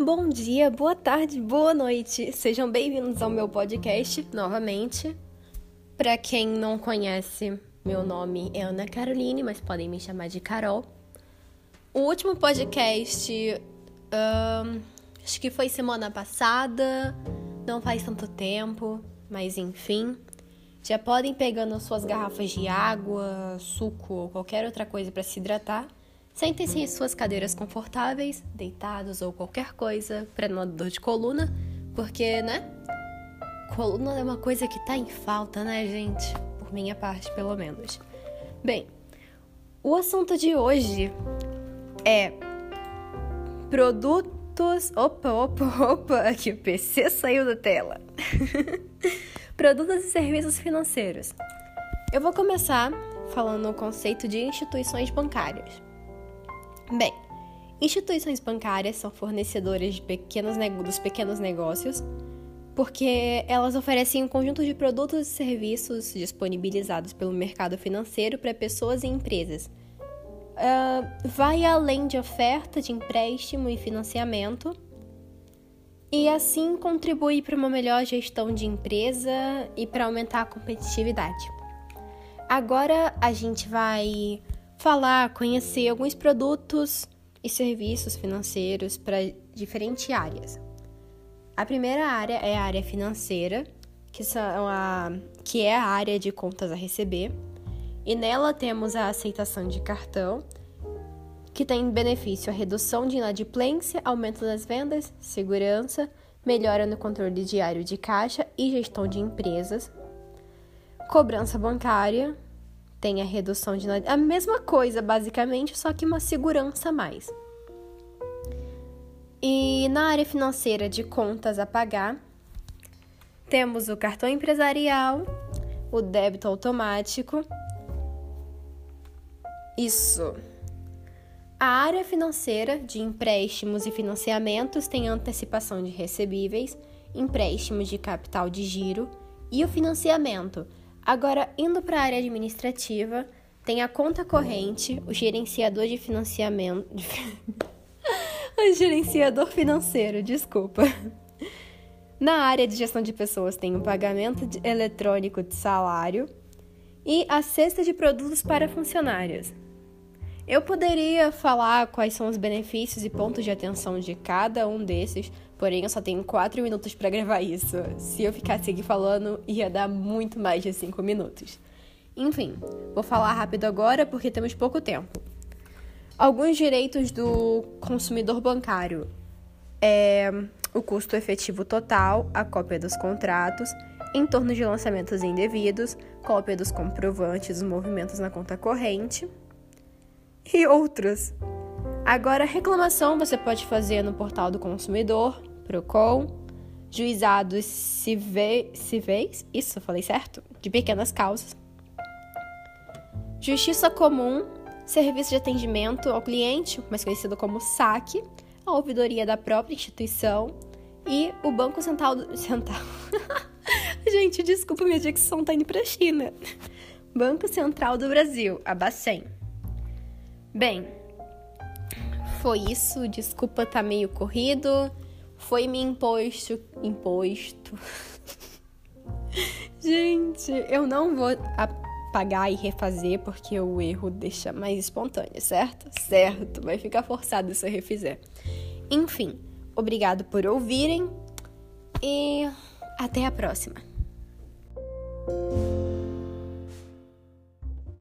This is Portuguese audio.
Bom dia, boa tarde, boa noite. Sejam bem-vindos ao meu podcast novamente. Para quem não conhece, meu nome é Ana Caroline, mas podem me chamar de Carol. O último podcast, acho que foi semana passada, não faz tanto tempo, mas enfim. Já podem ir pegando suas garrafas de água, suco ou qualquer outra coisa para se hidratar. Sentem-se em suas cadeiras confortáveis, deitados ou qualquer coisa para não dar dor de coluna, porque, coluna é uma coisa que tá em falta, né, gente? Por minha parte, pelo menos. Bem, o assunto de hoje é produtos... Opa, aqui o PC saiu da tela. Produtos e serviços financeiros. Eu vou começar falando o conceito de instituições bancárias. Bem, instituições bancárias são fornecedoras dos pequenos negócios porque elas oferecem um conjunto de produtos e serviços disponibilizados pelo mercado financeiro para pessoas e empresas. Vai além de oferta de empréstimo e financiamento e assim contribui para uma melhor gestão de empresa e para aumentar a competitividade. Agora a gente vai conhecer alguns produtos e serviços financeiros para diferentes áreas. A primeira área é a área financeira, que é a área de contas a receber, e nela temos a aceitação de cartão, que tem benefício a redução de inadimplência, aumento das vendas, segurança, melhora no controle diário de caixa e gestão de empresas. Cobrança bancária, tem a redução de... A mesma coisa, basicamente, só que uma segurança a mais. E na área financeira de contas a pagar, temos o cartão empresarial, o débito automático. Isso. A área financeira de empréstimos e financiamentos tem antecipação de recebíveis, empréstimos de capital de giro e o financiamento. Agora, indo para a área administrativa, tem a conta corrente, o gerenciador de financiamento... o gerenciador financeiro, desculpa. Na área de gestão de pessoas tem o pagamento eletrônico de salário e a cesta de produtos para funcionários. Eu poderia falar quais são os benefícios e pontos de atenção de cada um desses, porém eu só tenho 4 minutos para gravar isso. Se eu ficasse aqui falando, ia dar muito mais de 5 minutos. Enfim, vou falar rápido agora porque temos pouco tempo. Alguns direitos do consumidor bancário é o custo efetivo total, a cópia dos contratos, em torno de lançamentos indevidos, cópia dos comprovantes dos movimentos na conta corrente e outros. Agora, reclamação você pode fazer no portal do consumidor, Procon, juizados civis, isso, falei certo? De pequenas causas. Justiça comum, serviço de atendimento ao cliente, mais conhecido como SAC, a ouvidoria da própria instituição e o Banco Central. Gente, desculpa, minha dicção tá indo pra China. Banco Central do Brasil, a Bacen. Bem, foi isso, desculpa, tá meio corrido, foi me imposto. Gente, eu não vou apagar e refazer porque o erro deixa mais espontâneo, certo? Certo, vai ficar forçado se eu refizer. Enfim, obrigado por ouvirem e até a próxima.